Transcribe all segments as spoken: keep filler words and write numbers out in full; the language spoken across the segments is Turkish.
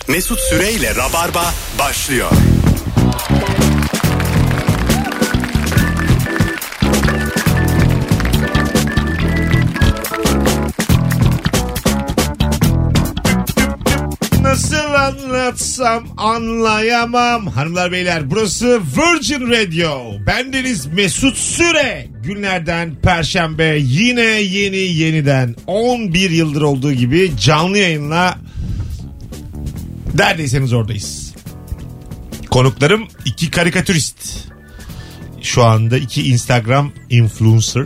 Mesut Süreyle Rabarba başlıyor. Nasıl anlatsam anlayamam. Hanımlar beyler, burası Virgin Radio. Bendeniz Mesut Süre. Günlerden Perşembe, yine yeni yeniden on bir yıldır olduğu gibi canlı yayınla neredeyseniz oradayız. Konuklarım iki karikatürist. Şu anda iki Instagram influencer.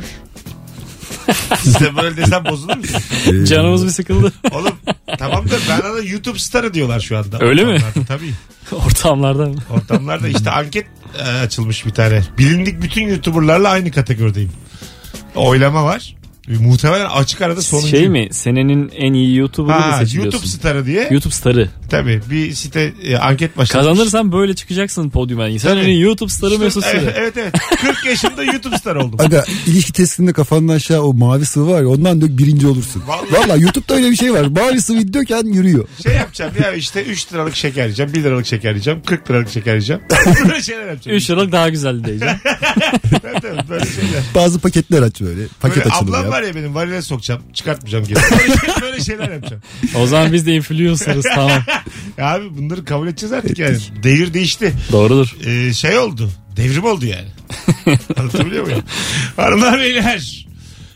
Size böyle desem bozulur musun? Canımız bir sıkıldı. Oğlum tamam da bana da YouTube starı diyorlar şu anda. Öyle mi? Tabii. Ortamlarda mı? Ortamlarda işte anket e, açılmış bir tane. Bilindik bütün YouTuber'larla aynı kategorideyim. Oylama var. Muhtemelen açık arada sonuncuyum. Şey mi? Senenin en iyi YouTuber'ı mı seçiliyorsun? YouTube starı diye. YouTube starı. Tabii bir site e, anket başlatmış. Kazanırsan böyle çıkacaksın podyuma. Senenin YouTube starı İşte, Mesut Süre. Evet, evet evet. kırk yaşımda YouTube star oldum. Aga ilişki testinde kafandan aşağı o mavi sıvı var ya, ondan dök birinci olursun. Vallahi. Vallahi YouTube'da öyle bir şey var. Mavi sıvı döken yürüyor. Şey yapacağım ya, işte üç liralık şeker yiyeceğim, bir liralık şeker yiyeceğim, kırk liralık şeker yiyeceğim. Böyle şeyler yapacağım. üç liralık daha güzel diyeceğim. Evet, evet, böyle şeyler. Bazı paketler aç böyle. Paket Böyle açılır ablam ya. var ya benim, varile sokacağım, çıkartmayacağım geri. Böyle, şey, böyle şeyler yapacağım. O zaman biz de influencer'ız, tamam. Ya abi bunları kabul edeceğiz artık yani. Devir değişti. Doğrudur. Ee, şey oldu. Devrim oldu yani. Anlatabiliyor muyum? Hanımlar beyler.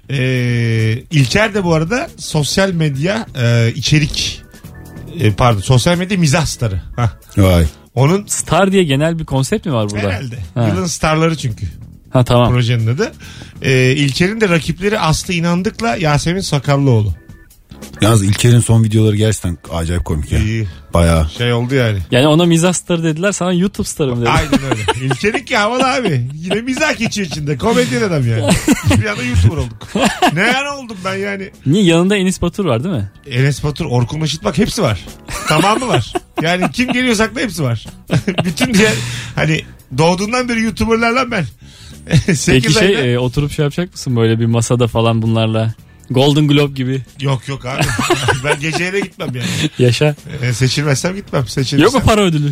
Ee, İlker de bu arada sosyal medya e, içerik e, pardon sosyal medya mizah starı. Hah. Vay. Onun Star diye genel bir konsept mi var burada? herhalde. Ha. Yılın starları çünkü. Ha tamam. Projenin adı. Ee, İlker'in de rakipleri Aslı İnandık'la Yasemin Sakallıoğlu. Yalnız İlker'in son videoları gerçekten acayip komik ya. İyi. Bayağı. Şey oldu yani. Yani ona mizah starı dediler, sana YouTube starı mı dediler? Aynen öyle. İlker'in ki havalı abi. Yine mizah geçiyor içinde. Komedyen adam yani. Bir anda YouTuber olduk. Ne yani oldum ben yani. Niye? Yanında Enis Batur var değil mi? Enes Batur, Orkun Işıt, bak hepsi var. Tamamı var. Yani kim geliyorsak da hepsi var. Bütün diğer hani doğduğundan beri YouTuber'larla ben. Peki şey ayda... e, oturup şey yapacak mısın böyle bir masada falan bunlarla? Golden Globe gibi. Yok yok abi. Ben geceye de gitmem yani. Yaşa. Ee, seçilmezsem gitmem. Seçilirsem... Yok mu para ödülü?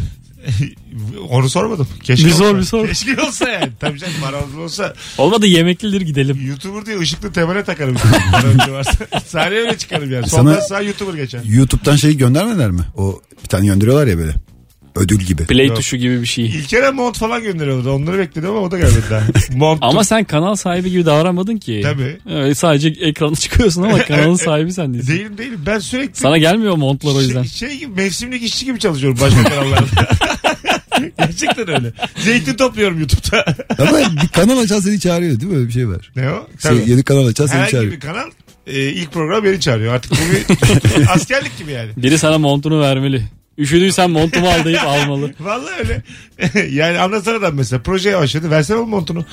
Onu sormadım. Keşke bir olsa. sor bir sor. Keşke olsa yani. Tabii canım, para olsa. Olmadı yemeklidir gidelim. YouTuber diye ışıklı temele takarım. Para ödülü varsa. Sahneye öyle çıkarım yani. Sana Sondan sağ YouTuber geçer. YouTube'dan şeyi göndermediler mi? O bir tane gönderiyorlar ya böyle. Ödül gibi. Play Yok. tuşu gibi bir şey. İlker'e mont falan gönderiyordu. Onları bekledim ama o da gelmedi daha. Mont. Ama sen kanal sahibi gibi davranmadın ki. Tabii. Evet, sadece ekrana çıkıyorsun ama kanalın sahibi sen değilsin. Değilim değilim. Ben sürekli... Sana gelmiyor montlar o yüzden. Şey, şey gibi, mevsimlik işçi gibi çalışıyorum başka kanallarda. Gerçekten öyle. Zeytin topluyorum YouTube'da. Ama bir kanal açan seni çağırıyor değil mi? Öyle bir şey var. Ne o? Şey, yeni kanal açan seni herhangi çağırıyor. bir kanal e, ilk program beni çağırıyor. Artık bu bir askerlik gibi yani. Biri sana montunu vermeli. Üşüdüysen montumu al deyip almalı. Vallahi öyle. Yani anlatsana da mesela projeye başladı. Versene oğlum montunu.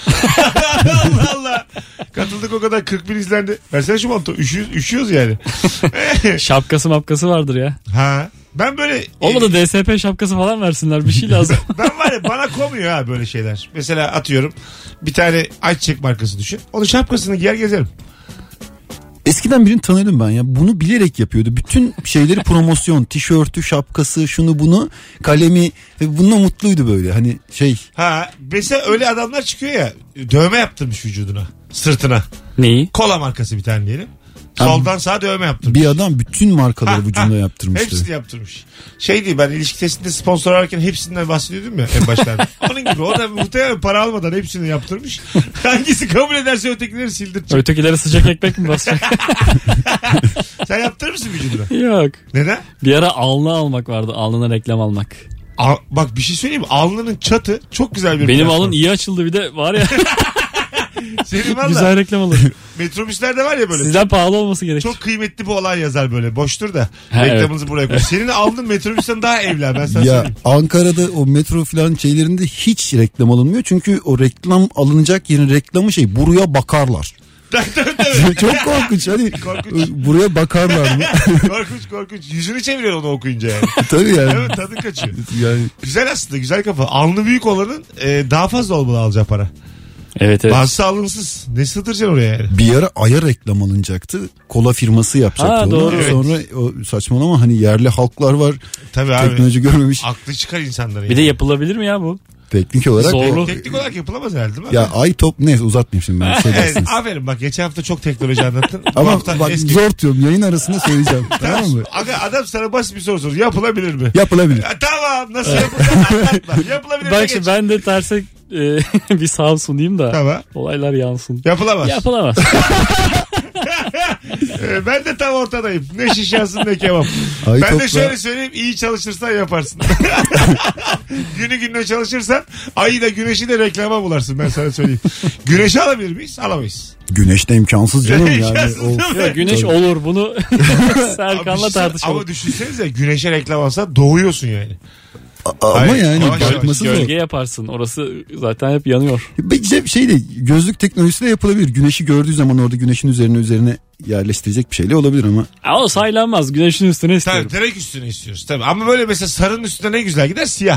Allah Allah. Katıldık o kadar, kırk bin izlendi. Versene şu montu. Üşüyoruz, üşüyoruz yani. Şapkası mapkası vardır ya. Ha. Ben böyle... Olmadı D S P şapkası falan versinler, bir şey lazım. Ben var ya, bana komuyor ha böyle şeyler. Mesela atıyorum bir tane ayçiçek markası düşün. Onun şapkasını giyer gezerim. Eskiden birini tanıdım ben ya. Bunu bilerek yapıyordu. Bütün şeyleri promosyon, tişörtü, şapkası, şunu bunu, kalemi ve bununla mutluydu böyle. Hani şey. Ha mesela öyle adamlar çıkıyor ya, dövme yaptırmış vücuduna, sırtına. Neyi? Kola markası bir tane diyelim. Abi, soldan sağa dövme yaptırmış. Bir adam bütün markaları Ha, vücuduna ha, yaptırmıştı. Hepsini yaptırmış. Şey değil, ben ilişki testinde sponsor ararken hepsinden bahsediyordum ya en başlarda. Onun gibi o da muhtemelen para almadan hepsini yaptırmış. Hangisi kabul ederse ötekileri sildirecek. Ötekilere sıcak ekmek mi basacak? Sen yaptırır mısın vücuduna? Yok. Neden? Bir ara alnı almak vardı. Alnına reklam almak. Al, bak bir şey söyleyeyim mi? Alnının çatı çok güzel bir Benim platform. alın iyi açıldı bir de var ya. Senin valla Güzel reklam alır. metrobüslerde var ya böyle. Sizden pahalı olması gerekir. Çok kıymetli bir olay yazar böyle. Boştur da. Ha, reklamınızı buraya koy. Senin aldığın metrobüsten daha evla, ben sana Ya söyleyeyim. Ankara'da o metro falan şeylerinde hiç reklam alınmıyor. Çünkü o reklam alınacak yerin reklamı şey, buraya bakarlar. Çok korkunç. Hani Korkunç. buraya bakarlar mı? korkunç korkunç. Yüzünü çeviriyor onu okuyunca yani. Tabii yani. Evet, tadı kaçıyor. Yani Güzel aslında, güzel kafa. Alnı büyük olanın e, daha fazla olmalı alacağı para. Evet evet. Bazısı alımsız. Ne sığdıracaksın oraya yani? Bir ara Ay'a reklam alınacaktı. Kola firması yapacaktı Ha, onu. doğru. Evet. Sonra o saçmalama hani yerli halklar var. Tabii abi. Teknoloji görmemiş. Aklı çıkar insanların. Bir de yani. yapılabilir mi ya bu? Teknik olarak. Zorlu. Teknik olarak yapılamaz herhalde değil mi? Ya Ay top ne uzatmayayım şimdi ben şey Evet, dersiniz. aferin bak geçen hafta çok teknoloji anlattın. Bu Ama hafta bak eski. zor tutuyorum yayın arasında söyleyeceğim. Tamam mı? Aga, adam sana basit bir soru soruyor. Yapılabilir mi? Yapılabilir. Ya, tamam nasıl yapılacak anlatma. Yapılabilir mi? Bak Geç. şimdi ben de terse e, bir sağ sunayım da Tamam. olaylar yansın. Yapılamaz. Yapılamaz. Ee, ben de tam ortadayım. Ne şiş yansın ne kebap. Ay Ben de topla- şöyle söyleyeyim. İyi çalışırsan yaparsın. Günü gününe çalışırsan ayı da güneşi de reklama bularsın ben sana söyleyeyim. Güneşi alabilir miyiz? Alamayız. Güneşte imkansız canım yani. İmkansız O- değil mi? Yok, güneş Tabii. olur bunu Abi Serkan'la düşünsene- tartışalım. Ama düşünsenize güneşe reklam alsa doğuyorsun yani. A- ama Hayır, yani yavaş yavaş bakması zor. Gölge yaparsın. Orası zaten hep yanıyor. Bir şey de gözlük teknolojisi de yapılabilir. Güneşi gördüğü zaman orada güneşin üzerine üzerine yerleştirecek bir şeyle olabilir ama. Ama o saylanmaz. Güneşin üstüne istiyorum. Tabii direkt üstüne istiyoruz. Tabii. Ama böyle mesela sarının üstüne ne güzel gider siyah.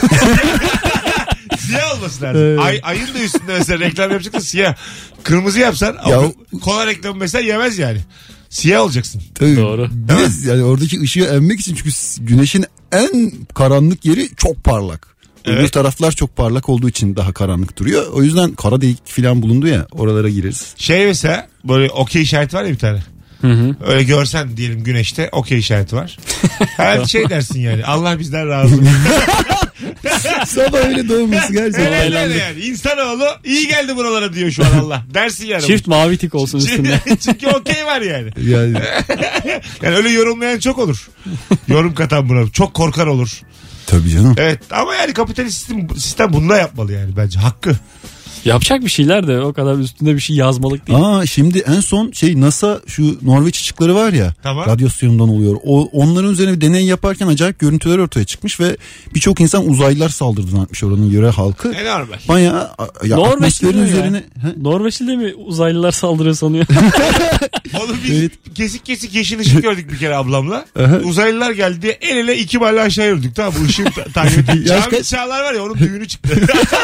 Siyah olması lazım. Evet. Ay, ayın da üstünde mesela reklam yapacaksın siyah. Kırmızı yapsan Ya o kola reklamı mesela yemez yani. Siyah olacaksın. Tabii, Doğru. Biraz yani oradaki ışığı emmek için çünkü güneşin en karanlık yeri çok parlak. Öbür Evet. taraflar çok parlak olduğu için daha karanlık duruyor. O yüzden kara delik falan bulundu ya oralara gireriz. Şey mesela böyle okey işareti var ya bir tane. Hı hı. Öyle görsen diyelim güneşte okey işareti var. Her şey dersin yani. Allah bizden razı. Sabah öyle doğması gerçekten. Evet öyle Eğlendik. yani. İnsanoğlu iyi geldi buralara diyor şu an Allah. Dersin yani. Çift mavi tik olsun üstünde. Çünkü okey var yani. Yani Yani öyle yorumlayan çok olur. Yorum katan buna. Çok korkar olur. tabii canım. Evet ama yani kapitalist sistem, sistem bunu da yapmalı yani bence. Hakkı. Yapacak bir şeyler de o kadar üstünde bir şey yazmalık değil. Aa şimdi en son şey NASA şu Norveç ışıkları var ya Tamam. radyasyondan oluyor. O onların üzerine bir deney yaparken acayip görüntüler ortaya çıkmış ve birçok insan uzaylılar saldırdı zannetmiş oranın yöre halkı. E normal. Bayağı ya Norveçli atmosferin değil mi ya? üzerine He? Norveçli mi uzaylılar saldırıyor sanıyor? Oğlum biz Evet. kesik kesik yeşil ışık gördük bir kere ablamla. Aha. Uzaylılar geldi diye el ele iki mahalle aşağı yürüdük tamam bu ışığı ta- takip ettik. Yaş Cavit kaç? Çağlar var ya onun düğünü çıktı.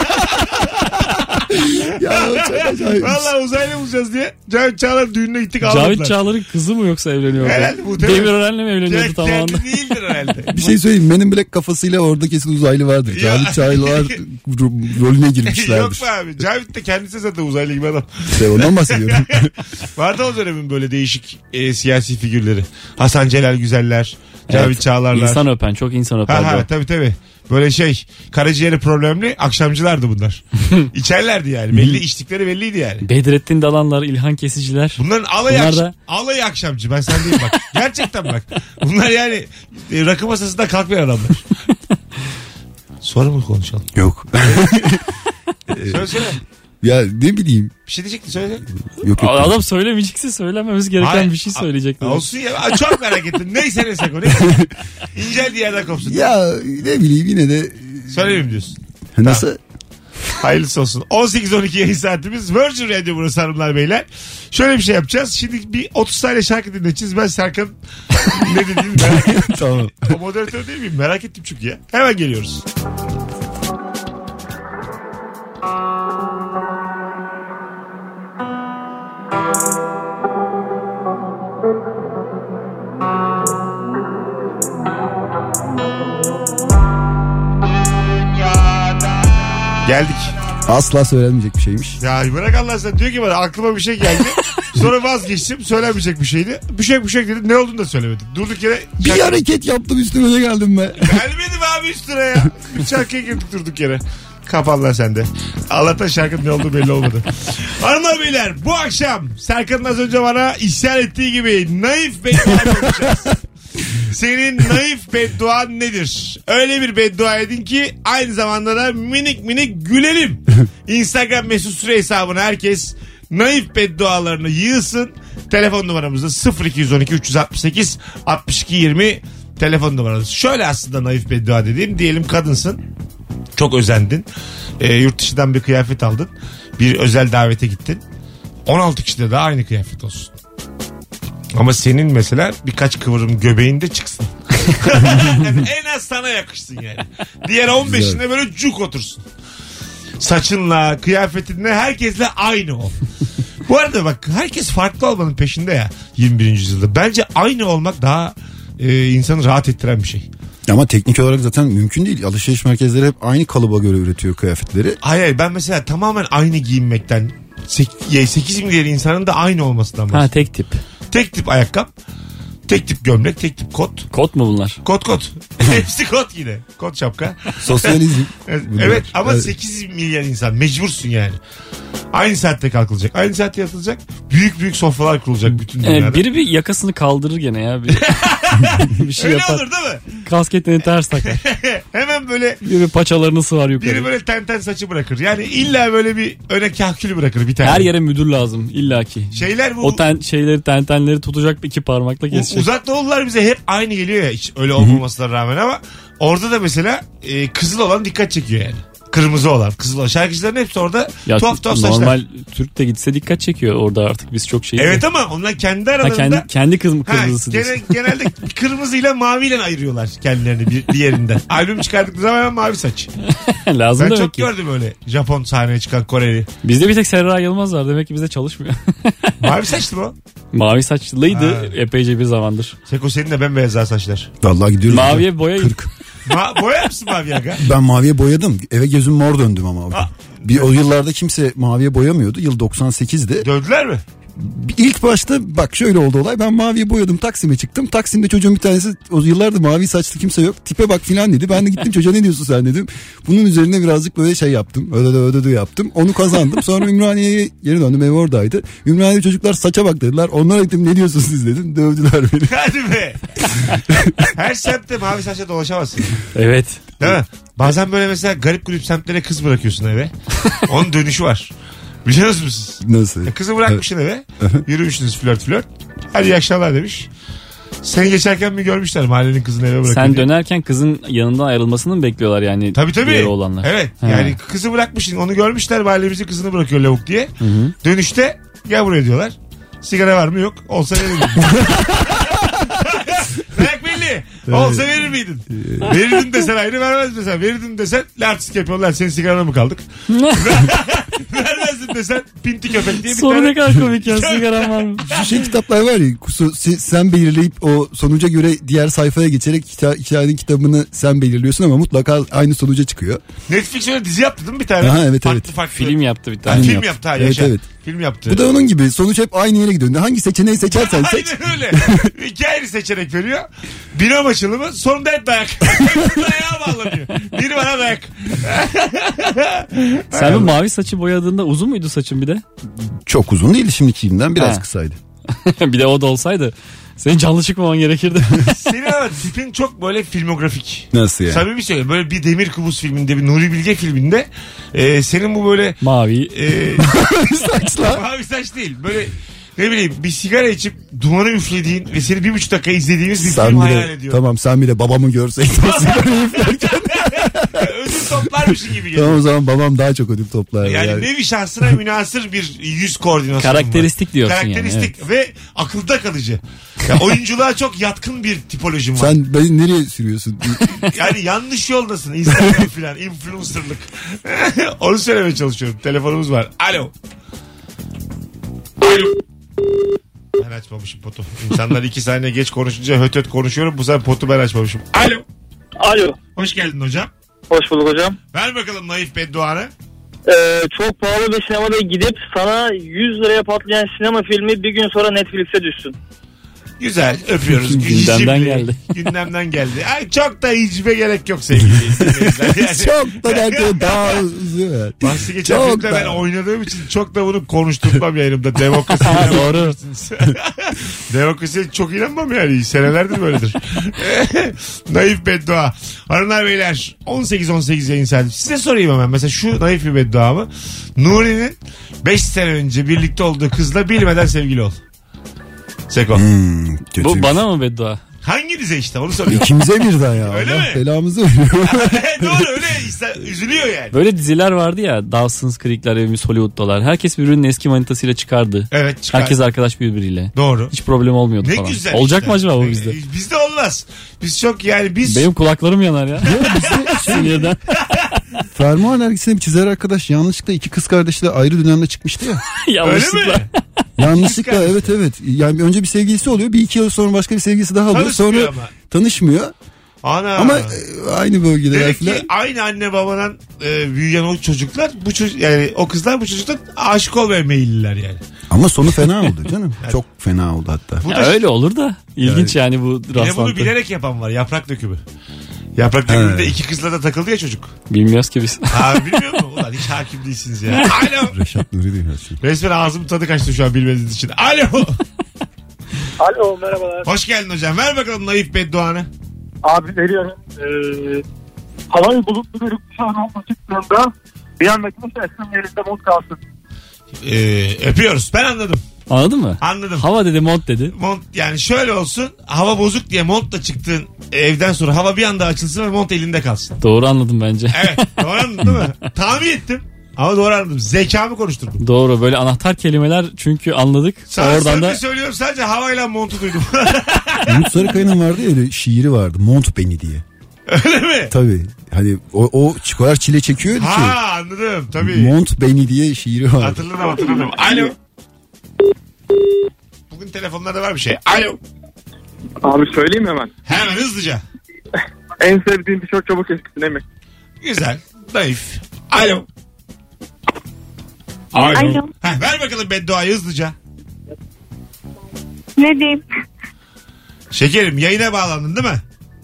Ya o çok acayip. Valla uzaylı bulacağız diye Cavit Çağlar düğününe gittik Cavit almadılar. Çağlar'ın kızı mı yoksa evleniyor? Herhalde muhtemelen. Demirören'le mi evleniyordu Kendi tamamında? değildir herhalde. Bir şey söyleyeyim Men Black kafasıyla orada kesin uzaylı vardır. Ya. Cavit Çağlar ro- rolüne Yok girmişlerdir. be abi. Cavit de kendisi zaten uzaylı gibi adam. İşte ondan bahsediyorum. Vardı o dönemin böyle değişik e, siyasi figürleri. Hasan Celal Güzeller, Cavit Evet, Çağlarlar. İnsan öpen çok insan Ha öperdi. ha o. tabii tabii. Böyle şey karaciğeri problemli akşamcılardı bunlar. İçerlerdi yani. Belli içtikleri belliydi yani. Bedrettin Dalanlar, İlhan Kesiciler. Bunların alayı, Bunlar akş- da- alayı akşamcı. Ben sen değilim bak. Gerçekten bak. Bunlar yani e, rakı masasında kalkmayan adamlar. Sonra mı konuşalım? Yok. Söyle söyle. Ya ne bileyim. Bir şey diyecektin söyle. Yok yok. Adam söylemeyecekse söylememiz gereken Hayır. bir şey söyleyecek. dedi. Olsun ya. Aa, çok merak ettim. Neyse neyse o. Neyse. İnceldiği yerden kopsun. Ya ne bileyim yine de Söylemeyeyim diyorsun. nasıl? Hayırlısı olsun. on sekiz on iki yayın saatimiz. Virgin Radio burası hanımlar beyler. Şöyle bir şey yapacağız. Şimdi bir otuz saniye şarkı dinleyeceğiz. Ben Serkan ne dediğini merak ettim. Tamam. O moderatör değil miyim? Merak ettim çünkü ya. Hemen geliyoruz. Geldik. Asla söylenmeyecek bir şeymiş. Ya bırak Allah sen diyor ki bana aklıma bir şey geldi. Sonra vazgeçtim. Söylenmeyecek bir şeydi. Bir şey bir şey dedim. Ne olduğunu da söylemedim. Durduk yere. Bir şarkı- hareket yaptım üstüme de geldim be. Gelmedim abi üstüne ya. Bir şarkıya girdik durduk yere. Kapan lan sen de. Allah'tan şarkının ne olduğu belli olmadı. Hanımlar beyler bu akşam Serkan'ın az önce bana isyan ettiği gibi naif beddua yapacağız. Senin naif bedduan nedir? Öyle bir beddua edin ki aynı zamanda da minik minik gülelim. Instagram mesut süre hesabına herkes naif beddualarını yığsın. Telefon numaramızda sıfır iki on iki üç altı sekiz altmış iki yirmi telefon numaramız. Şöyle aslında naif beddua dediğim diyelim kadınsın. Çok özendin. E, yurt dışından bir kıyafet aldın. Bir özel davete gittin. on altı kişide de aynı kıyafet olsun. Ama senin mesela birkaç kıvırım göbeğinde çıksın. En az sana yakışsın yani. Diğer on beşinde böyle cuk otursun. Saçınla, kıyafetinle, herkesle aynı ol. Bu arada bak, herkes farklı olmanın peşinde ya yirmi birinci yüzyılda. Bence aynı olmak daha e, insanı rahat ettiren bir şey. Ama teknik olarak zaten mümkün değil. Alışveriş merkezleri hep aynı kalıba göre üretiyor kıyafetleri. Hayır hayır, ben mesela tamamen aynı giyinmekten, sekiz milyar insanın da aynı olmasından bahsediyorum. Ha, tek tip. Tek tip ayakkabı, tek tip gömlek, tek tip kot. Kot mu bunlar? Kot kot. Hepsi kot yine. Kot şapka. Sosyalizm. Evet, Bunlar. evet ama Evet. sekiz milyar insan mecbursun yani. Aynı saatte kalkılacak. Aynı saatte yatılacak. Büyük büyük sofralar kurulacak bütün dünyada. Ee, biri bir yakasını kaldırır gene ya. Bir, bir şey Öyle yapar. olur değil mi? Kasketini ters takar. Hemen böyle Biri paçalarını sıvar yukarı. biri böyle ten ten saçı bırakır. Yani illa böyle bir öne kahkülü bırakır bir tane. Her yere müdür lazım illaki. Şeyler bu O ten, şeyleri tentenleri tutacak iki parmakla u- kesecek. uzak doğulular bize hep aynı geliyor ya, hiç öyle olmamasına rağmen, ama orada da mesela e, kızıl olan dikkat çekiyor yani. Kırmızı olan, kızıl olan. Şarkıcıların hepsi orada Ya tuhaf tuhaf saçlar. normal Türk de gitse dikkat çekiyor orada, artık biz çok şeyiz. Evet de. ama onlar kendi Ha, aralarında... kendi, kendi kız Ha, kırmızısı gene, diyorsun. genelde kırmızıyla maviyle ayırıyorlar kendilerini bir, bir yerinden. Albüm çıkardıkları zaman hemen mavi saç. Lazım Ben demek çok ki. gördüm öyle Japon sahneye çıkan Koreli. Bizde bir tek Serra Yılmaz var, demek ki bizde çalışmıyor. Mavi saçlı mı o? Mavi saçlıydı Ha. epeyce bir zamandır. Seko senin de bembeyaz daha saçlar. Vallahi gidiyoruz. Maviye boya Ma- boyar mısın mavi aga? Ben maviye boyadım. Eve gözüm mor döndüm ama abi. Aa. Bir o yıllarda kimse maviye boyamıyordu. Yıl doksan sekizde. Dövdüler mi? İlk başta bak şöyle oldu olay. Ben maviye boyadım, Taksim'e çıktım. Taksim'de çocuğun bir tanesi, o yıllarda mavi saçlı kimse yok. Tipe bak filan dedi. Ben de gittim çocuğa, ne diyorsun sen dedim. Bunun üzerine birazcık böyle şey yaptım. Ödede ödede yaptım. Onu kazandım. Sonra Ümraniye'ye geri döndüm. Ev oradaydı. Ümraniye'de çocuklar saça bak dediler. Onlara gittim, ne diyorsunuz siz dedim. Dövdüler beni. Hadi be. Her semtte mavi saçla dolaşamazsın. Evet. Değil mi? Bazen böyle mesela garip grup semtlere kız bırakıyorsun eve. Onun dönüşü var. Biliyor musunuz? Nasıl? E, kızı bırakmışsın eve. Yürümüşsünüz flört flört. Hadi iyi akşamlar demiş. Seni geçerken mi görmüşler mahallenin kızını eve bırakıyor Sen diye. dönerken kızın yanından ayrılmasını mı bekliyorlar yani? Tabii tabii. diğer olanlar. Evet. Ha. Yani kızı bırakmışsın, onu görmüşler, mahallemizin kızını bırakıyor lavuk diye. Hı hı. Dönüşte gel buraya diyorlar. Sigara var mı? Yok. Olsa verir miydin? Dayak belli. Olsa verir miydin? Verirdin desen ayrı, vermez desen. Verirdin desen artistik yapıyorlar. Senin sigarana mı kaldık? Vermezdin desen pinti köpek diye bir Soru tane. ne kadar komik ya, sigaran var mı? Şu şey kitaplar var ya, kusu- si- sen belirleyip o sonuca göre diğer sayfaya geçerek kita- hikayenin kitabını sen belirliyorsun ama mutlaka aynı sonuca çıkıyor. Netflix öyle dizi yaptı değil mi bir tane? Aha, evet, farklı, evet. Farklı. Film yaptı bir Ha, tane. film yaptı. yaptı ha, Evet, yaşa. evet. Film yaptı. Bu da onun gibi, sonuç hep aynı yere gidiyor. Hangi seçeneği seçersen seç. Aynen öyle. İki ayrı seçenek veriyor. Binom açılımı, sonunda hep dayak. Dayağa bağlanıyor. Biri bana dayak. Sen bu mavi saçı boyadığında uzun muydu saçın bir de? Çok uzun değildi, şimdikinden biraz Ha. kısaydı. Bir de o da olsaydı senin canlı çıkmaman gerekirdi. Senin ama tipin çok böyle filmografik. Nasıl yani? Samimi söylüyorum. Böyle bir Demir Kubus filminde, bir Nuri Bilge filminde e, senin bu böyle Mavi. e, Saçlar. mavi saç değil. Böyle ne bileyim bir sigara içip dumanı üflediğin ve seni bir buçuk dakika izlediğimiz bir Sen film bir hayal de, ediyorum. tamam sen bir de babamı görseydin. Ödül toplarmışsın gibi geliyor. Tamam, o zaman babam daha çok ödül toplar. Yani, Yani. nevi şahsına münasır bir yüz koordinasyonu Karakteristik var. diyorsun yani, Karakteristik ve akılda kalıcı. Ya, oyunculuğa çok yatkın bir tipolojim var. Sen beni nereye sürüyorsun? Yani yanlış yoldasın. Instagram filan, influencerlık. Onu söylemeye çalışıyorum. Telefonumuz var. Alo. Alo. Ben açmamışım potu. İnsanlar iki saniye geç konuşunca höt höt konuşuyorum. Bu sefer potu ben açmamışım. Alo. Alo. Hoş geldin hocam. Hoş bulduk hocam. Ver bakalım naif bedduanı. Ee, çok pahalı bir sinemada gidip sana yüz liraya patlayan sinema filmi bir gün sonra Netflix'e düşsün. Güzel, öpüyoruz. Gündemden Hicivli. geldi. Gündemden geldi. Ay, çok da hicibe gerek yok sevgili dinleyiciler. Yani, Çok da derken daha uzun. bahsi geçen Çok filmde da. ben oynadığım için çok da bunu konuşturmam yayınımda. Demokrasi. Doğru. Demokrasiye çok inanmam yani. Senelerdir böyledir. Naif beddua. Hanımlar beyler, on sekiz on sekiz yayın saati. Size sorayım hemen. Mesela şu naif bir beddua mı? Nuri'nin beş sene önce birlikte olduğu kızla bilmeden sevgili ol. Seko. Hmm, kötü. Bu bana mı beddua? Hangi dize işte onu soruyorum. İkimize birden ya. Öyle Allah mi? belamızı veriyor. Doğru öyle işte, üzülüyor yani. Böyle diziler vardı ya, Dawson's Creek'ler, Evimiz Hollywood'dalar. Herkes birbirinin eski manitasıyla çıkardı. Evet çıkar. Herkes arkadaş birbiriyle. Doğru. Hiç problem olmuyordu Ne falan. güzel Olacak işte. mı acaba bu E, bizde? Bizde olmaz. Biz çok yani biz Benim kulaklarım yanar ya. Sinirden. fermuar dergisine bir çizer arkadaş yanlışlıkla iki kız kardeşle ayrı dönemde çıkmıştı ya. Yanlışlıkla. Öyle mi? Yanlışlıkla evet evet. Yani önce bir sevgilisi oluyor. Bir iki yıl sonra başka bir sevgilisi daha oluyor. Sonra ama. tanışmıyor. Ana. Ama e, aynı bölgedeler Demek falan. ki aynı anne babadan e, büyüyen o çocuklar bu çocuk yani o kızlar bu çocuklar aşık olmaya meyilliler yani. Ama sonu fena oldu canım. Çok fena oldu hatta. Bu Ya da öyle olur da ilginç yani, yani bu yine rastlantı. bunu bilerek yapan var, yaprak dökümü. Yaprak dökümünde iki kızla da takıldı ya çocuk. Bilmiyoruz ki biz. Ha bilmiyor musun? Ulan hiç hakim değilsiniz ya. Alo. Reşat Nuri değil her şey. Resmen ağzım tadı kaçtı şu an bilmediğiniz için. Alo. Alo merhabalar. Hoş geldin hocam. Ver bakalım naif bedduanı. Abi veriyorum. Ee, havayı bulutlu bir uçağın olma çıktığında bir andaki sesin yerinde mont kalsın. Ee, öpüyoruz. Ben anladım. Anladın mı? Anladım. Hava dedi, mont dedi. Mont yani şöyle olsun. Hava bozuk diye montla çıktığın evden sonra hava bir anda açılsın ve mont elinde kalsın. Doğru anladım bence. Evet. Doğru anladın değil mi? Tahmin ettim. Ama doğru anladım. Zekamı konuşturdum. Doğru, böyle anahtar kelimeler çünkü anladık. Sana Oradan da söylüyorum, sadece havayla montu duydum. Umut Sarıkaya'nın vardı ya öyle şiiri vardı. Mont beni diye. Öyle mi? Tabii. Hani o, o kadar çile çekiyordu ki. Ha anladım tabii. Mont beni diye şiiri vardı. Hatırladım hatırladım. Alo. Bugün telefonlarda var bir şey. Alo. Abi söyleyeyim hemen. Hemen hızlıca. En sevdiğim tişört çabuk eskisin emin. Güzel. Naif. Alo. Alo. Alo. Heh, ver bakalım bedduayı hızlıca. Ne diyeyim? Şekerim yayına bağlandın değil mi?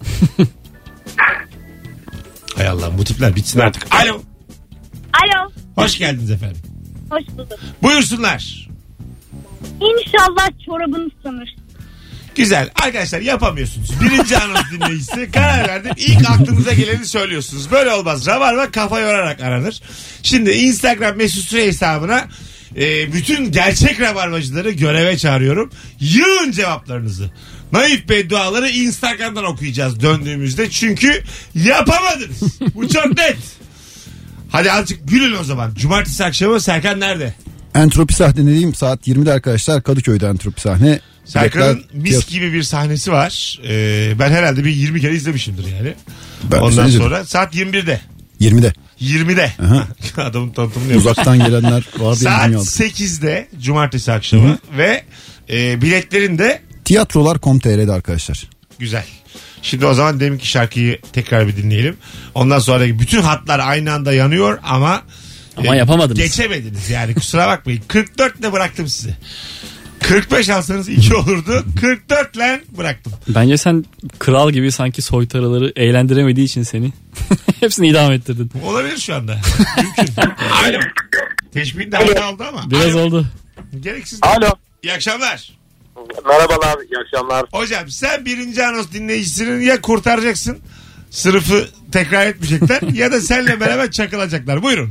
Hay Allah bu tipler bitsin artık. Alo. Alo. Hoş geldiniz efendim. Hoş bulduk. Buyursunlar. İnşallah çorabını ısınır. Güzel. Arkadaşlar yapamıyorsunuz. Birinci anons dinleyicisi. Karar verdim. İlk aklınıza geleni söylüyorsunuz. Böyle olmaz. Rabarba kafa yorarak aranır. Şimdi Instagram mesut süre hesabına e, bütün gerçek rabarbacıları göreve çağırıyorum. Yığın cevaplarınızı. Naif bedduaları Instagram'dan okuyacağız döndüğümüzde. Çünkü yapamadınız. Bu çok net. Hadi azıcık gülün o zaman. Cumartesi akşamı Serkan nerede? Entropi sahnedeyim saat yirmide arkadaşlar. Kadıköy'de Entropi sahne. Serkan'ın Biletler- mis gibi bir sahnesi var. Ee, ben herhalde bir yirmi kere izlemişimdir yani. Ben Ondan izledim. sonra saat yirmi birde. yirmide. yirmide. Aha. Adamın tanıtımını yapmış. Uzaktan gelenler vardı. Saat sekizde cumartesi akşamı. Hı-hı. Ve e, biletlerin de tiyatrolar nokta com nokta tr'de arkadaşlar. güzel. Şimdi o zaman deminki şarkıyı tekrar bir dinleyelim. Ondan sonra bütün hatlar aynı anda yanıyor ama ama e, yapamadınız. Geçemediniz yani, kusura bakmayın. kırk dörtle bıraktım sizi. kırk beş alsanız iki olurdu. kırk dörtle bıraktım. Bence sen kral gibi sanki soytarıları eğlendiremediği için seni hepsini idam ettirdin. Olabilir şu anda. Mümkün. Alo. Teşbihin de hata aldı ama. Biraz Alo. oldu. Gereksiz. Alo. İyi akşamlar. Merhabalar, iyi akşamlar. Hocam sen birinci anons dinleyicisinin ya kurtaracaksın, sınıfı tekrar etmeyecekler ya da seninle beraber çakılacaklar. Buyurun.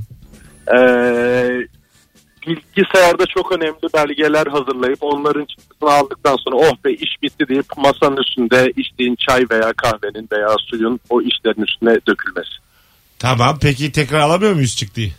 Ee, bilgisayarda çok önemli belgeler hazırlayıp onların çıktısını aldıktan sonra oh be iş bitti deyip masanın üstünde içtiğin çay veya kahvenin veya suyun o işlerin üstüne dökülmesi. Tamam, peki tekrar alamıyor muyuz çıktıyı?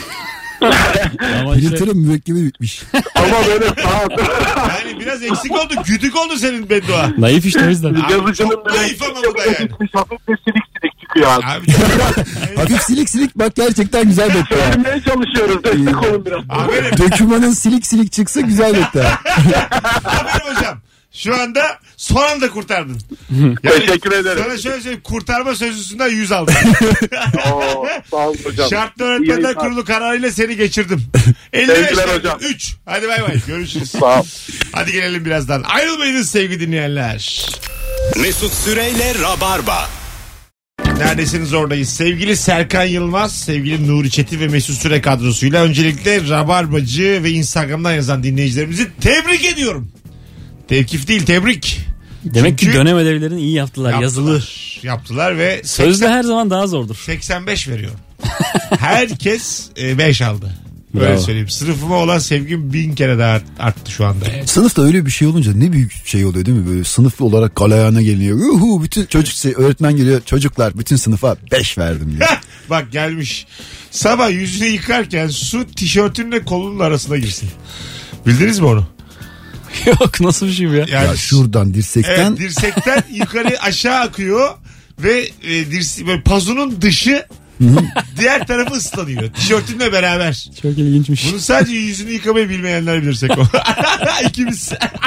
Ama işte, Printer'ın mürekkebi bitmiş. Ama böyle saat. Yani biraz eksik oldu, güdük oldu senin beddua. naif işte o yüzden. Abi Yazıcının çok naif ama bu da yani. Hafif ve silik silik çıkıyor abi. Abi çok... Hafif silik silik bak gerçekten güzel bekle. Söylemeye çalışıyoruz. Destek olun biraz. Aferin. Dökümanın silik silik çıksa güzel bekle. Aferin hocam. Şu anda son anda kurtardın. Yani Teşekkür ederim. sana şöyle söyleyeyim, kurtarma sözlüsünden yüz aldım. Oo, sağ olun hocam. Şartlı öğretmenler İyi, kurulu kararıyla seni geçirdim. elli beş Sevgiler hocam. üç. Hadi bay bay. Görüşürüz. Sağ ol. Hadi gelelim birazdan. Ayrılmayınız sevgili dinleyenler. Mesut Süreyle Rabarba. Neredesiniz oradayız. Sevgili Serkan Yılmaz, sevgili Nuri Çetin ve Mesut Süre kadrosuyla öncelikle Rabarbacı ve Instagram'dan yazan dinleyicilerimizi tebrik ediyorum. Tevkif değil, tebrik. Demek Çünkü ki dönem ödevlerini iyi yaptılar, yaptılar, yazılı. Yaptılar ve Sözde her zaman daha zordur. seksen beş veriyorum. Herkes beş aldı. Böyle Bravo. söyleyeyim. Sınıfıma olan sevgim bin kere daha arttı şu anda. Yani. Sınıfta öyle bir şey olunca ne büyük şey oluyor değil mi? Böyle sınıf olarak galeyana geliyor. Uhu, bütün çocuk şey, öğretmen geliyor. Çocuklar bütün sınıfa beş verdim diyor. Bak gelmiş. Sabah yüzünü yıkarken su tişörtünle kolunun arasına girsin. Bildiniz mi onu? Yok, nasıl bir şey bu ya? Yani, Ya şuradan dirsekten. Evet, dirsekten yukarı aşağı akıyor ve e, dirse, böyle pazunun dışı Diğer tarafı ıslanıyor. Tişörtünle beraber. Çok ilginçmiş. Bunu sadece yüzünü yıkamayı bilmeyenler bilirsek o. İkimiz.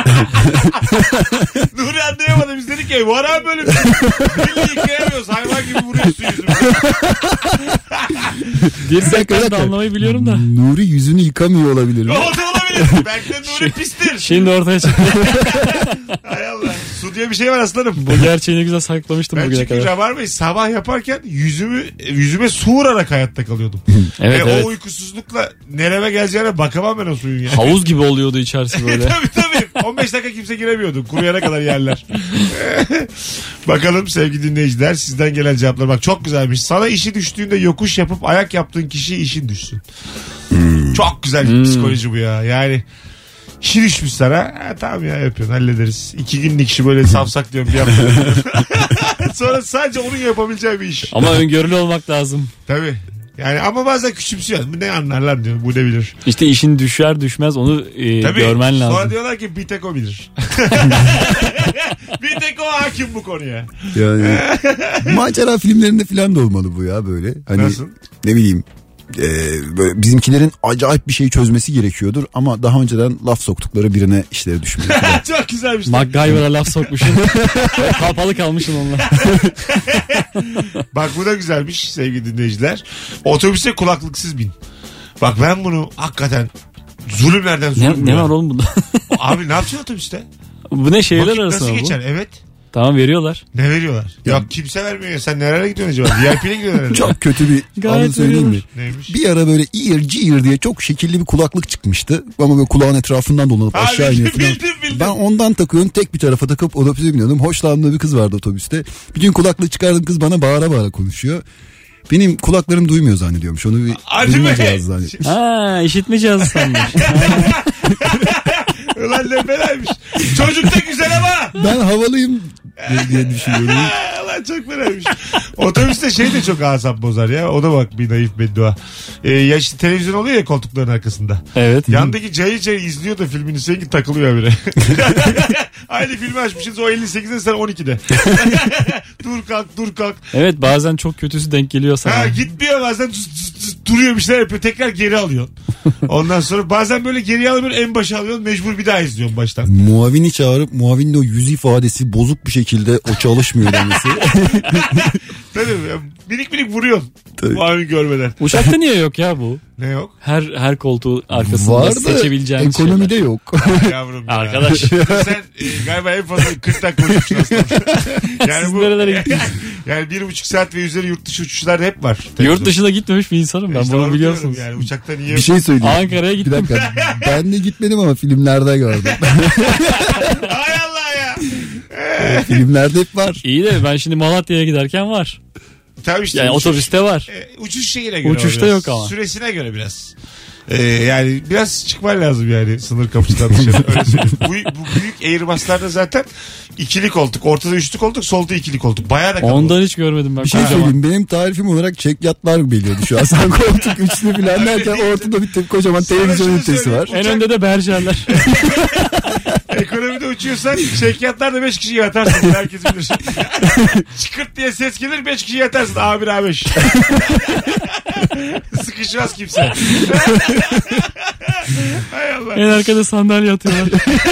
Nuri anlayamadı. Biz dedik ki var abi böyle bir şey. Belli yıkayamıyoruz. Hayvan gibi vuruyorsun yüzümü. Dirsekten de anlamayı biliyorum da. Nuri yüzünü yıkamıyor olabilir mi? O da olabilir. Belki de Nuri pistir. Şimdi ortaya çıktı. Hay Allah. Su diye bir şey var aslanım. Bu gerçeğini güzel saklamıştım Ben bugüne çünkü kadar. Rabarbayı sabah yaparken yüzümü yüzüme su vurarak hayatta kalıyordum. Evet, Ve evet. o uykusuzlukla nereme geleceğine bakamam ben o suyun yani. Havuz gibi oluyordu içerisi böyle. tabii tabii. on beş dakika kimse giremiyordu. Kuruyana kadar yerler. Bakalım sevgili dinleyiciler sizden gelen cevaplar. Bak çok güzelmiş. Sana işi düştüğünde yokuş yapıp ayak yaptığın kişi işin düşsün. Hmm. Çok güzel bir Hmm. psikoloji bu ya. Yani işi düşmüş sana. Ha, tamam ya yapıyorsun hallederiz. İki günlük işi böyle savsak diyorum bir yaptım. Sonra sadece onun yapabileceği bir iş. Ama öngörülü olmak lazım. Tabii. Yani ama bazen küçümsüyor. Bu ne anlarlar diyor. Bu ne bilir. İşte işin düşer düşmez onu e, Tabii. görmen lazım. Sonra diyorlar ki bir tek o bilir. Bir tek o hakim bu konuya. Yani macera filmlerinde falan da olmalı bu ya böyle. Hani Nasıl? ne bileyim e, böyle bizimkilerin acayip bir şey çözmesi gerekiyordur ama daha önceden laf soktukları birine işleri düşmüyor. Çok güzelmiş. MacGyver'a laf sokmuşsun. Kapalı kalmışsın onunla. Bak bu da güzelmiş sevgili dinleyiciler. Otobüse kulaklıksız bin. Bak ben bunu hakikaten zulümlerden zulüm. Ne, ne var oğlum bunda? Abi ne yapacaksın otobüste? Bu ne şehirler Vakit arasında nasıl bu? geçer? Evet. Tamam veriyorlar. Ne veriyorlar? Yok kimse vermiyor ya. Sen nereye gidiyorsun acaba? V I P'ye gidiyorsun herhalde. Çok kötü bir Gayet anı söyleyeyim mi? veriyorlar. Neymiş? Bir ara böyle ear clear diye çok şekilli bir kulaklık çıkmıştı. Ama böyle kulağın etrafından dolanıp Ha, aşağı bildim, iniyor falan. bildim, bildim. Ben ondan takıyorum, tek bir tarafa takıp otobüse biniyordum. Hoşlandığım bir kız vardı otobüste. Bir gün kulaklığı çıkardım, kız bana bağıra bağıra konuşuyor. Benim kulaklarım duymuyor zannediyormuş. Onu bir Hadi duyma be. cihazı zannediyor. Ha işitme cihazı sanmış. Ulan ne belaymış. Çocuk da güzel ama. Ben havalıyım diye düşünüyorum. Lan çok fenaymış. Otobüste şey de çok asap bozar ya. O da bak bir naif beddua. Ee, ya işte televizyon oluyor ya koltukların arkasında. Evet. Yandaki cayı cayı izliyor da filmini seninki takılıyor bire. Aynı filmi açmışız o elli sekizde sen on ikide. Dur kalk dur kalk. Evet bazen çok kötüsü denk geliyor sana. Ha, gitmiyor bazen tut, tut, tut, duruyor bir şeyler yapıyor tekrar geri alıyorsun. Ondan sonra bazen böyle geriye alamıyorsun en başa alıyorsun mecbur bir daha izliyorsun baştan. Muavini çağırıp muavinin o yüz ifadesi bozuk bir şekilde o çalışmıyor demesi. Tabii minik minik vuruyorsun. Tabii. Muavin görmeden. Uçakta niye yok ya bu? Ne yok? Her her koltuğu arkasında Var da seçebileceğiniz ekonomide şeyler. yok. Ay yavrum ya. Arkadaş. Sen e, galiba en fazla kırk dakika uçmuşsun aslında. Yani Siz bu, nerelere gittiniz? yani bir buçuk saat ve üzeri yurt dışı uçuşlar hep var. Yurt dışına gitmemiş bir insanım ben İşte bunu onu biliyorsunuz. diyorum Yani uçakta niye? Bir şey söyleyeyim. Ankara'ya Bir gittim. dakika. Ben de gitmedim ama filmlerde gördüm. Hay Allah ya. Filmlerde hep var. İyi de ben şimdi Malatya'ya giderken var. Tabii işte Yani uçuş, otobüste var. e, uçuş şeyine göre. Uçuşta o biraz. yok ama. Süresine göre biraz. Ee, yani biraz çıkman lazım yani sınır kapısından dışarı. Öyle söyleyeyim. Bu, bu büyük Airbus'larda zaten ikili koltuk. Ortada üçlü koltuk, solda ikili koltuk. Bayağı da kalabalık. Ondan hiç görmedim ben. Bir şey kocaman. söyleyeyim. Benim tarifim olarak çek yatlar geliyordu şu an. Sen koltuk üçlü falan derken ortada bir te- kocaman Sana televizyon şunu ünitesi söyleyeyim. var. En önde de berjerler. Ekonomide uçuyorsan şirketlarda beş kişi yatarsın. Herkes bilir. Çıkırt diye ses gelir beş kişi yatarsın. A bir A beş. Sıkışmaz kimse. Hay Allah. En arkada sandalye atıyorlar.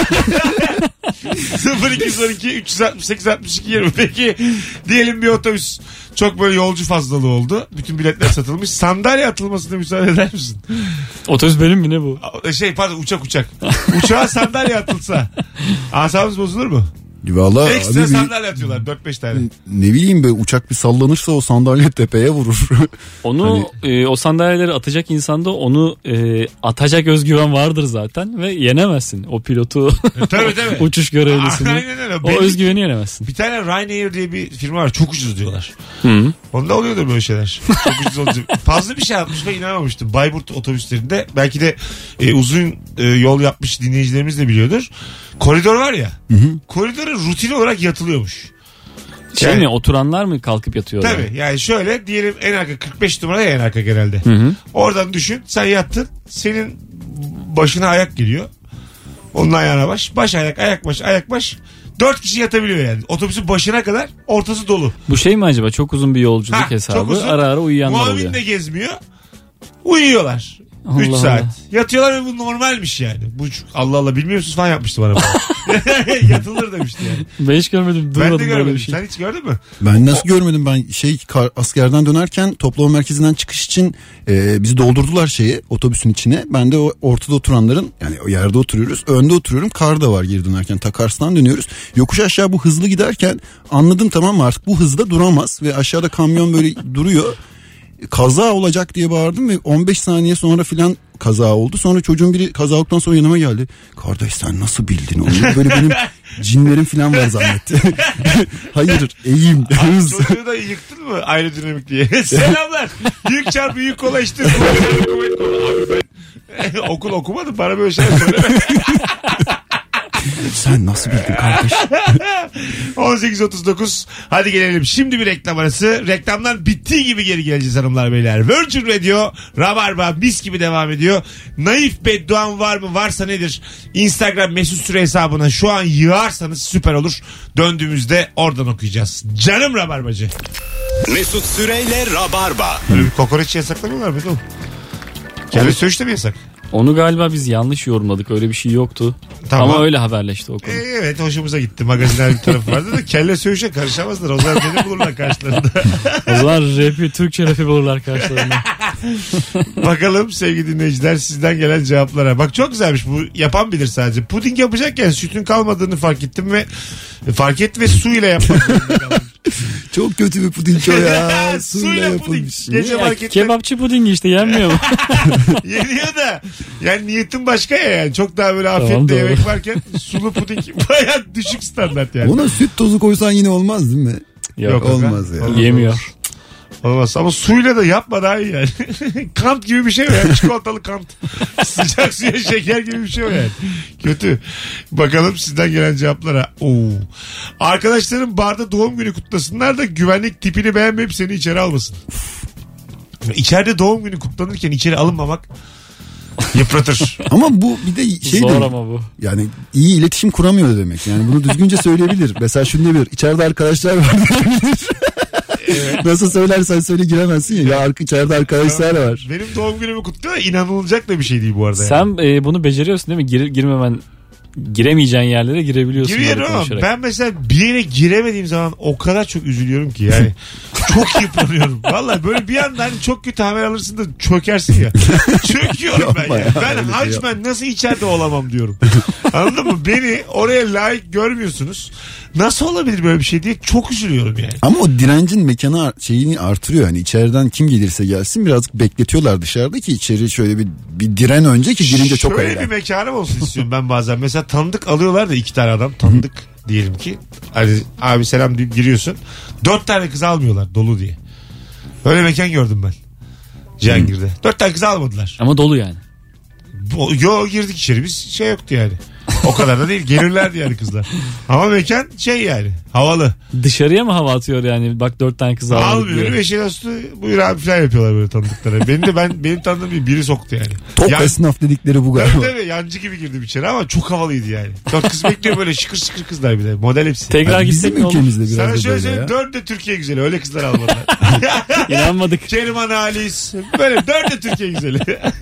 sıfır iki on iki üç altı sekiz altmış iki yirmi. Peki diyelim bir otobüs çok böyle yolcu fazlalığı oldu. Bütün biletler satılmış. Sandalye atılmasına müsaade eder misin? Otobüs benim mi ne bu? Şey pardon uçak uçak. Uçağa sandalye atılsa asabımız bozulur mu? Valla Ekstra abi bir, sandalye atıyorlar dört beş tane. ne bileyim be uçak bir sallanırsa o sandalye tepeye vurur. Onu e, o sandalyeleri atacak insanda onu e, atacak özgüven vardır zaten ve yenemezsin o pilotu. Tabii tabii. Uçuş görevlisini. Aynen öyle. O Belli- özgüveni yenemezsin. Bir tane Ryanair diye bir firma var. Çok ucuz diyorlar. Hı. Onda oluyordur böyle şeyler. Çok ucuz olacak. Fazla bir şey yapmış ve inanamamıştım. Bayburt otobüslerinde belki de e, uzun e, yol yapmış dinleyicilerimiz de biliyordur. Koridor var ya. Koridora rutin olarak yatılıyormuş. Şey Yani- mi oturanlar mı kalkıp yatıyorlar? Tabii yani şöyle diyelim en arka kırk beş numara ya en arka genelde. Hı hı. Oradan düşün sen yattın senin başına ayak geliyor. Onun ayağına baş. Baş ayak ayak baş ayak baş. Dört kişi yatabiliyor yani. Otobüsün başına kadar ortası dolu. Bu şey mi acaba? Çok uzun bir yolculuk Ha, hesabı. çok uzun. Ara ara uyuyanlar Muavin oluyor. de gezmiyor. Uyuyorlar. Allah üç saat. Allah. Yatıyorlar ve bu normalmiş yani. Bu Allah Allah bilmiyor musunuz falan yapmıştı bana. Yatılır demişti yani. Ben hiç görmedim. Ben Duymadım de böyle görmedim. bir şey. Sen hiç gördün mü? Ben nasıl görmedim, ben şey kar, askerden dönerken toplama merkezinden çıkış için e, bizi doldurdular şeye, otobüsün içine. Ben de o ortada oturanların, yani o yerde oturuyoruz, önde oturuyorum, kar da var geri dönerken, Takars'tan dönüyoruz. Yokuş aşağı bu hızlı giderken anladım, tamam mı, artık bu hızda duramaz ve aşağıda kamyon böyle duruyor. Kaza olacak diye bağırdım ve on beş saniye sonra filan kaza oldu. Sonra çocuğun biri kaza olduktan sonra yanıma geldi. Kardeş sen nasıl bildin onu? Böyle benim cinlerim filan var zannetti. Hayır, eğim. Abi çocuğu da yıktın mı aerodinamik diye? Selamlar. Yük çarpı yük kola işte. Kuvvet kola. Abi ben okul okumadım, bana böyle şeyler söyleme. Sen nasıl bildin kardeş? on sekiz otuz dokuz. Hadi gelelim. Şimdi bir reklam arası. Reklamlar bittiği gibi geri geleceğiz hanımlar beyler. Virgin Radio Rabarba mis gibi devam ediyor. Naif bedduan var mı? Varsa nedir? Instagram Mesut Süre hesabına şu an yığarsanız süper olur. Döndüğümüzde oradan okuyacağız. Canım Rabarbacı. Mesut Süreyle Rabarba. Böyle bir kokoreç yasaklamıyorlar mı oğlum? Kelle söğüşte mi yasak? Onu galiba biz yanlış yorumladık. Öyle bir şey yoktu. Tamam. Ama öyle haberleşti o konu. Ee, evet hoşumuza gitti. Magazinel bir tarafı vardı da kelle söğüşe karışamazlar. O zaman beni bulurlar karşılarında. O zaman rapi, Türkçe rapi bulurlar karşılarına. Bakalım sevgili dinleyiciler sizden gelen cevaplara. Bak çok güzelmiş bu, yapan bilir sadece. Puding yapacakken sütün kalmadığını fark ettim ve fark et ve suyla yapmak zorunda kaldım. Çok kötü bir puding o ya. Suyla Suyla puding. yapılmış. Gece Ya, markette kebapçı pudingi işte, yenmiyor mu? yeniyor da. Yani niyetin başka ya yani. Çok daha böyle afiyetle Tamam, doğru. yemek varken sulu puding bayağı düşük standart yani. Ona süt tozu koysan yine olmaz değil mi? Yok, Yok, olmaz ya. Olmaz, Yemiyor. olmaz. Olmaz ama suyla da yapma daha iyi yani. Kant gibi bir şey o yani. Çikolatalı kant. Sıcak suya şeker gibi bir şey o yani. Kötü. Bakalım sizden gelen cevaplara. Oo. Arkadaşlarım barda doğum günü kutlasınlar da güvenlik tipini beğenmeyip seni içeri almasın. İçeride doğum günü kutlanırken içeri alınmamak yıpratır. Ama bu bir de şey Zor de, ama bu. yani iyi iletişim kuramıyor demek. Yani bunu düzgünce söyleyebilir. Mesela şunu diyebilir. İçeride arkadaşlar var diyebilir. Evet. Nasıl söylersen söyle giremezsin ya. Ya arka, içeride arkadaşlar var. Benim doğum günümü kutluyor. İnanılacak da bir şey değil bu arada. Sen yani. e, bunu beceriyorsun değil mi? Gir, girmemen, giremeyeceğin yerlere girebiliyorsun. Giriyorum böyle ama konuşarak. ben mesela bir yere giremediğim zaman o kadar çok üzülüyorum ki yani. Çok yıpranıyorum. Vallahi böyle bir anda hani çok kötü haber alırsın da çökersin ya. Çöküyorum ben ya. Ben hacmen nasıl içeride olamam diyorum. Anladın mı? Beni oraya layık görmüyorsunuz. Nasıl olabilir böyle bir şey diye çok üzülüyorum yani. Ama o direncin mekana şeyini artırıyor. Hani içeriden kim gelirse gelsin birazcık bekletiyorlar dışarıda ki içeri şöyle bir, bir diren önce ki girince çok Şöyle eğlen. bir mekanım olsun istiyorum ben bazen. Mesela tanıdık alıyorlar da iki tane adam tanıdık diyelim ki. Hani abi selam deyip giriyorsun. Dört tane kız almıyorlar dolu diye. Öyle mekan gördüm ben. Cihangir'de. Dört tane kız almadılar. Ama dolu yani. Bo- Yo girdik içeri biz şey yoktu yani. O kadar da değil. Gelirlerdi yani kızlar. Ama mekan şey yani havalı. Dışarıya mı hava atıyor yani? Bak dört tane kız aldık Almıyor. diye. Beşin üstü buyur abi falan yapıyorlar böyle tanıdıklara. Beni de ben benim tanıdığım bir biri soktu yani. Top Yan- esnaf dedikleri bu Tabii galiba. tabii yancı gibi girdim içeri ama çok havalıydı yani. Dört kız bekliyor böyle şıkır şıkır kızlar bir de. Model hepsi. Tekrar Yani gitsek bizim ne olur? ülkemizde biraz Sana da şöyle böyle söyleyeyim. ya. Dört de Türkiye güzeli. Öyle kızlar almadılar. İnanmadık. Keriman Halis. Böyle dört de Türkiye güzeli.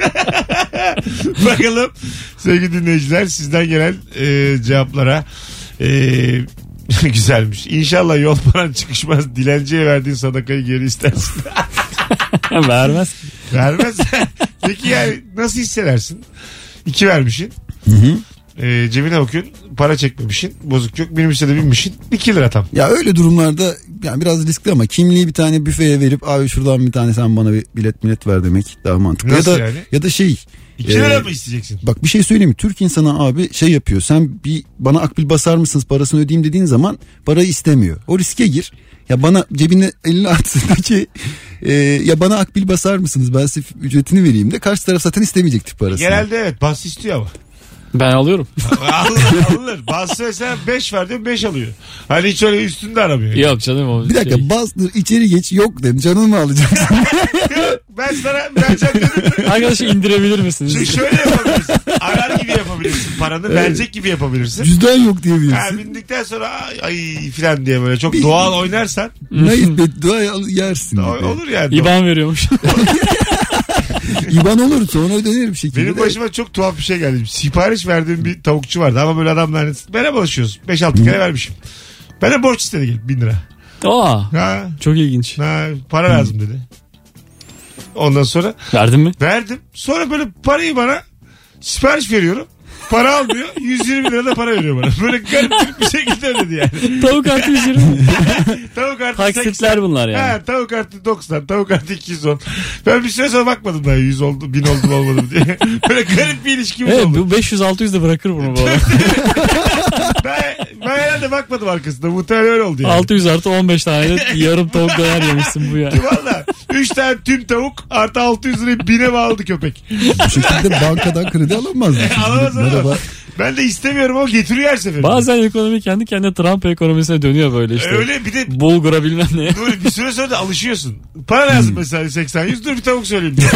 Bakalım sevgili dinleyiciler sizden gelen e, cevaplara. E, güzelmiş. İnşallah yol paran çıkışmaz. Dilenciye verdiğin sadakayı geri istersin. Vermez. Vermez. Peki yani nasıl hissedersin? İki vermişsin. Hı hı. E, cebine bakıyorsun. Para çekmemişsin. Bozuk yok. Minibüse de binmişsin. iki lira tam. Ya öyle durumlarda yani biraz riskli ama kimliği bir tane büfeye verip abi şuradan bir tane sen bana bir bilet millet ver demek daha mantıklı. Nasıl ya da yani? ya da şey iki lira e, mı isteyeceksin? Bak bir şey söyleyeyim mi? Türk insanı abi şey yapıyor. Sen bir bana akbil basar mısınız parasını ödeyeyim dediğin zaman parayı istemiyor. O riske gir. Ya bana cebine elini atsın ki e, ya bana akbil basar mısınız ben size ücretini vereyim de karşı taraf zaten istemeyecektir parasını. Genelde evet bas istiyor ama. Ben alıyorum. alır alır. Bası mesela beş ver diyor beş alıyor. Hani hiç öyle üstünde aramıyor. Yok canım o Bir dakika şey. bastır içeri geç yok dedim canını mı alacaksın? ben sana vereceğim dedim. Arkadaşı indirebilir misiniz? Şimdi şöyle yapabilirsin. Arar gibi yapabilirsin paranı. Evet. Verecek gibi yapabilirsin. Cüzdan yok diyebilirsin. Ha, bindikten sonra ay, ay filan diye böyle çok bir, doğal oynarsan. Naif beddua yersin. O, olur yani. İban veriyormuş. İban olur sonra döner bir şekilde. Benim başıma çok tuhaf bir şey geldi. Sipariş verdiğim bir tavukçu vardı ama böyle adamlar merhabalaşıyoruz. beş altı kere vermişim. Bana borç istedi gelip bin lira. Aa, ha. Çok ilginç. Ha, para lazım dedi. Ondan sonra. Verdin mi? Verdim. Sonra böyle parayı bana sipariş veriyorum. Para almıyor. yüz yirmi lira da para veriyor bana. Böyle garip bir şekilde ödedi yani. Tavuk artı yüz yirmi. Tavuk artı taksitler bunlar yani. Ha, tavuk artı doksan, tavuk artı iki yüz on. Ben bir süre sonra bakmadım daha yüz oldu, bin oldu mu olmadı mı diye. Böyle garip bir ilişkimiz evet, oldu. Bu beş yüz altı yüz de bırakır bunu bu arada. ben, ben herhalde bakmadım arkasında. Muhtemelen öyle oldu yani. altı yüz artı on beş tane de yarım tavuk döner yemişsin bu yani. Valla. üç tane tüm tavuk artı altı yüz lirayı bine bağladı köpek. Bu şekilde bankadan kredi alamaz mı? Alamaz alamaz. Ben de istemiyorum ama getiriyor her seferinde. Bazen ekonomi kendi kendine Trump ekonomisine dönüyor böyle işte. Öyle bir de. Bulgura bilmem ne. Dur bir süre sonra da alışıyorsun. Para lazım mesela seksen yüz dur bir tavuk söyleyeyim diye.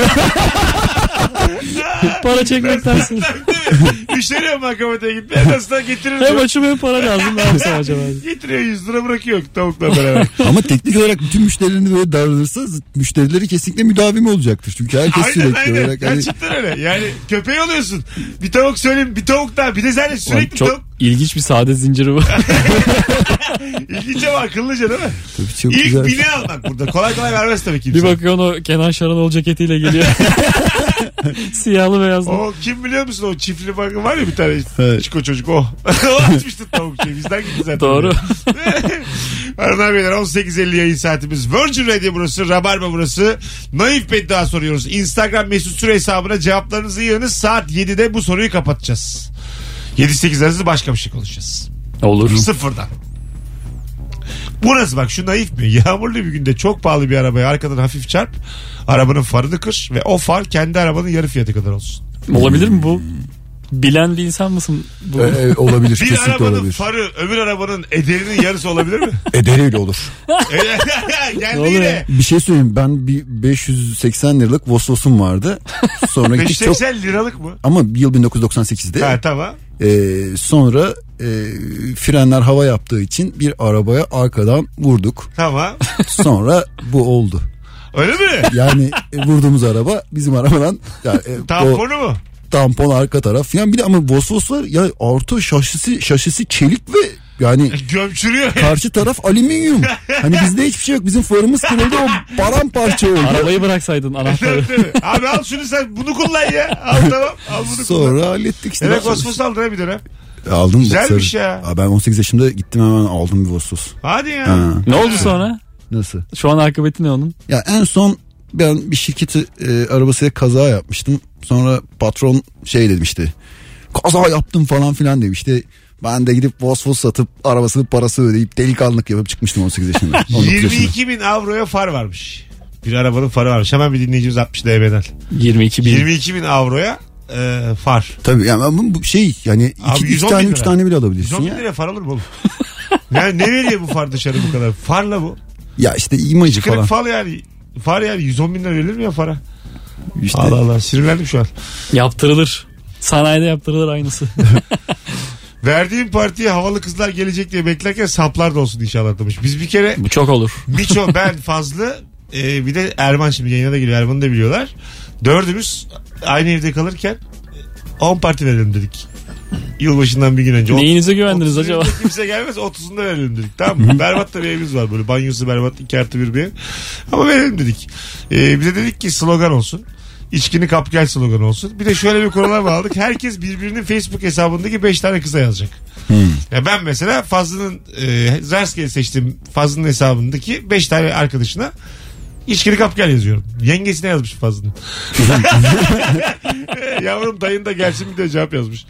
Para çekmektensin. Üşeniyorum bankamatiğe gitmeye. Nasıl da getirir. Hem açım hem para lazım. Ne yapsam acaba? Getiriyor yüz lira bırakıyor tavukla beraber. Ama teknik olarak bütün müşterilerini böyle davranırsa müşterileri kesinlikle müdavimi olacaktır. Çünkü herkes aynen, sürekli aynen. olarak. Hani... Gerçekten öyle. Yani köpeği oluyorsun. Bir tavuk söyleyeyim bir tavuk daha. Bir de zaten sürekli çok tavuk. İlginç bir saadet zinciri bu. İlginç ama akıllıca değil mi? Tabii çok İlk güzel. bini almak burada. Kolay kolay vermez tabii kimse. Bir bakıyorsun o Kenan Şaranoğlu ceketiyle geliyor. Siyahlı beyazlı. O kim biliyor musun o çiftli bakım var ya bir tane Evet. çiko çocuk o. O açmıştı tavuk şeyi. Bizden gitti zaten. Doğru. Hanımlar beyler on sekiz elli yayın saatimiz. Virgin Radio burası. Rabarba burası. Naif beddua soruyoruz. Instagram Mesut Süre hesabına cevaplarınızı yığınız. Saat yedide bu soruyu kapatacağız. yedi sekiz arası başka bir şey konuşacağız. Olur. Sıfırdan. Bu nasıl bak şu naif mi? Yağmurlu bir günde çok pahalı bir arabaya arkadan hafif çarp. Arabanın farını kır ve o far kendi arabanın yarı fiyatı kadar olsun. Olabilir mi bu? Bilen bir insan mısın? Bu? Ee, olabilir. Bir Kesinlikle arabanın olabilir. farı öbür arabanın ederinin yarısı olabilir mi? Ederiyle olur. Geldi yine. Bir şey söyleyeyim, ben bir beş yüz seksen liralık Vosvos'um vardı. Sonra beş yüz gittik çok... seksen liralık mı? Ama yıl bin dokuz yüz doksan sekizde. Ha tamam. Ee, sonra e, frenler hava yaptığı için bir arabaya arkadan vurduk. Tamam. Sonra bu oldu. Öyle mi? Yani e, vurduğumuz araba bizim arabadan. Yani, e, Tamponu o, mu? Tampon arka taraf falan. Bir de ama Vosvos'lar ya artı şasisi, şasisi çelik ve yani gömçürüyor. Karşı taraf alüminyum. Hani bizde hiçbir şey yok. Bizim farımız kırıldı, o paramparça oldu. Arabayı bıraksaydın anahtarı. Abi al şunu sen bunu kullan ya. Al tamam. Al bunu Sonra kullan. hallettik işte. Evet Vosvos aldın ha bir dönem. Aldım. Güzelmiş ya. Aa, ben on sekiz yaşımda gittim hemen aldım bir Vosvos. Hadi ya. Ha. Ne oldu sonra? Nasıl? Şu an akıbeti ne onun? Ya en son ben bir şirketi e, arabasıyla kaza yapmıştım. Sonra patron şey demişti. Kaza yaptım falan filan demişti. Ben de gidip Vosvos satıp arabasının parası ödeyip delikanlılık yapıp çıkmıştım on sekiz yaşında. yirmi iki bin avroya far varmış. Bir arabanın farı varmış. Hemen bir dinleyicimiz atmış D B'den. yirmi iki bin. yirmi iki bin avroya e, far. Tabii yani bu şey yani Abi iki, iki tane üç tane bile alabilirsin yüz on bin ya. liraya far alır mı oğlum? Yani ne veriyor bu far dışarı bu kadar? Farla bu. Ya işte imajı Kırık falan. far yani. Far yani yüz on bin lira verilir mi ya fara? İşte. Allah Allah sinirlendim şu an. Yaptırılır. Sanayide yaptırılır aynısı. Verdiğim partiye havalı kızlar gelecek diye beklerken saplar da olsun inşallah demiş. Biz bir kere Bu çok olur. Miço, ben, Fazlı e, bir de Erman şimdi yayına da geliyor. Erman'ı da biliyorlar. Dördümüz aynı evde kalırken on parti verelim dedik. Yılbaşından bir gün önce. Neyinize güvendiniz acaba? Kimse gelmez otuzunda verelim dedik, tamam mı? Berbat da bir evimiz var böyle, banyosu berbat, iki artı bir bir ev. Ama verelim dedik. Ee, bir de dedik ki slogan olsun. İçkini kap gel sloganı olsun. Bir de şöyle bir kurala bağladık. Herkes birbirinin Facebook hesabındaki beş tane kıza yazacak. Hmm. Ya ben mesela Fazlı'nın e, rastgele seçtiğim Fazlı'nın hesabındaki beş tane arkadaşına İçkini kap gel yazıyorum. Yengesine yazmış Fazlı'nın. Yavrum dayın da gelsin bir de cevap yazmış.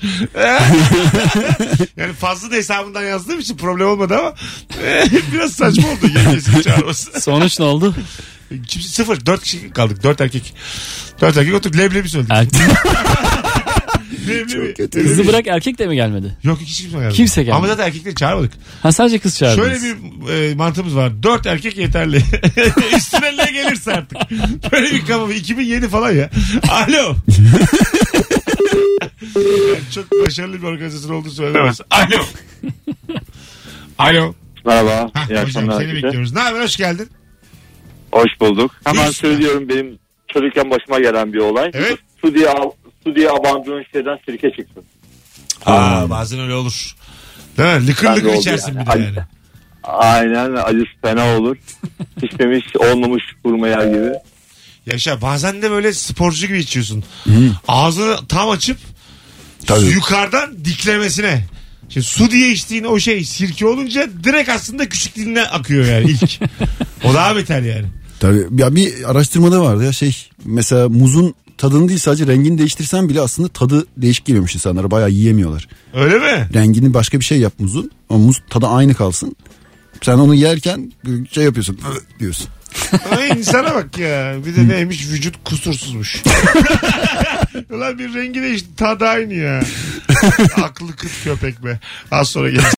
Yani Fazlı da hesabından yazdığım için problem olmadı ama biraz saçma oldu yengesini çağırması. Sonuç ne oldu? Sıfır. Dört kişi kaldık. Dört erkek. Dört erkek oturduk. Leblebi söyledik. Erkek. Nemli Çok bir- kötü. nemli Kızı bir- bırak erkek de mi gelmedi? Yok hiç kimse gelmedi. Kimse gelmedi. Ama zaten erkekleri çağırmadık. Ha sadece kız çağırdınız. Şöyle bir e, mantığımız var. Dört erkek yeterli. Üstüne ne gelirse artık. Böyle bir kafa. iki bin yedi falan ya. Alo. Yani çok başarılı bir organizasyon olduğu söylenemez. Alo. Alo. Merhaba. Hah, iyi hocam akşamlar. seni size. bekliyoruz. Ne haber? Hoş geldin. Hoş bulduk. Hemen Buyursun. söylüyorum, benim çocukken başıma gelen bir olay. Evet. Su diye, al, su diye abandığın şeyden sirke çıksın. Aa, bazen öyle olur. Değil mi? Lıkır Ben de lıkır oldu içersin yani. bir de Acı- yani. Aynen, acısı fena olur. Pişmemiş olmamış hurma yer gibi. Yaşa bazen de böyle sporcu gibi içiyorsun. Ağzını tam açıp Tabii. yukarıdan diklemesine. Şimdi su diye içtiğin o şey sirke olunca direkt aslında küçük diline akıyor yani ilk. O daha beter yani. Tabii ya, bir araştırmada vardı ya şey, mesela muzun tadını değil sadece rengini değiştirsen bile aslında tadı değişik geliyormuş insanlara, bayağı yiyemiyorlar. Öyle mi? Rengini başka bir şey yap muzun ama muz tadı aynı kalsın. Sen onu yerken şey yapıyorsun diyorsun. Ay insana bak ya. Bir de neymiş vücut kusursuzmuş. Ulan bir rengi değişti tadı aynı ya. Aklı kıt köpek be. Az sonra geleceğiz.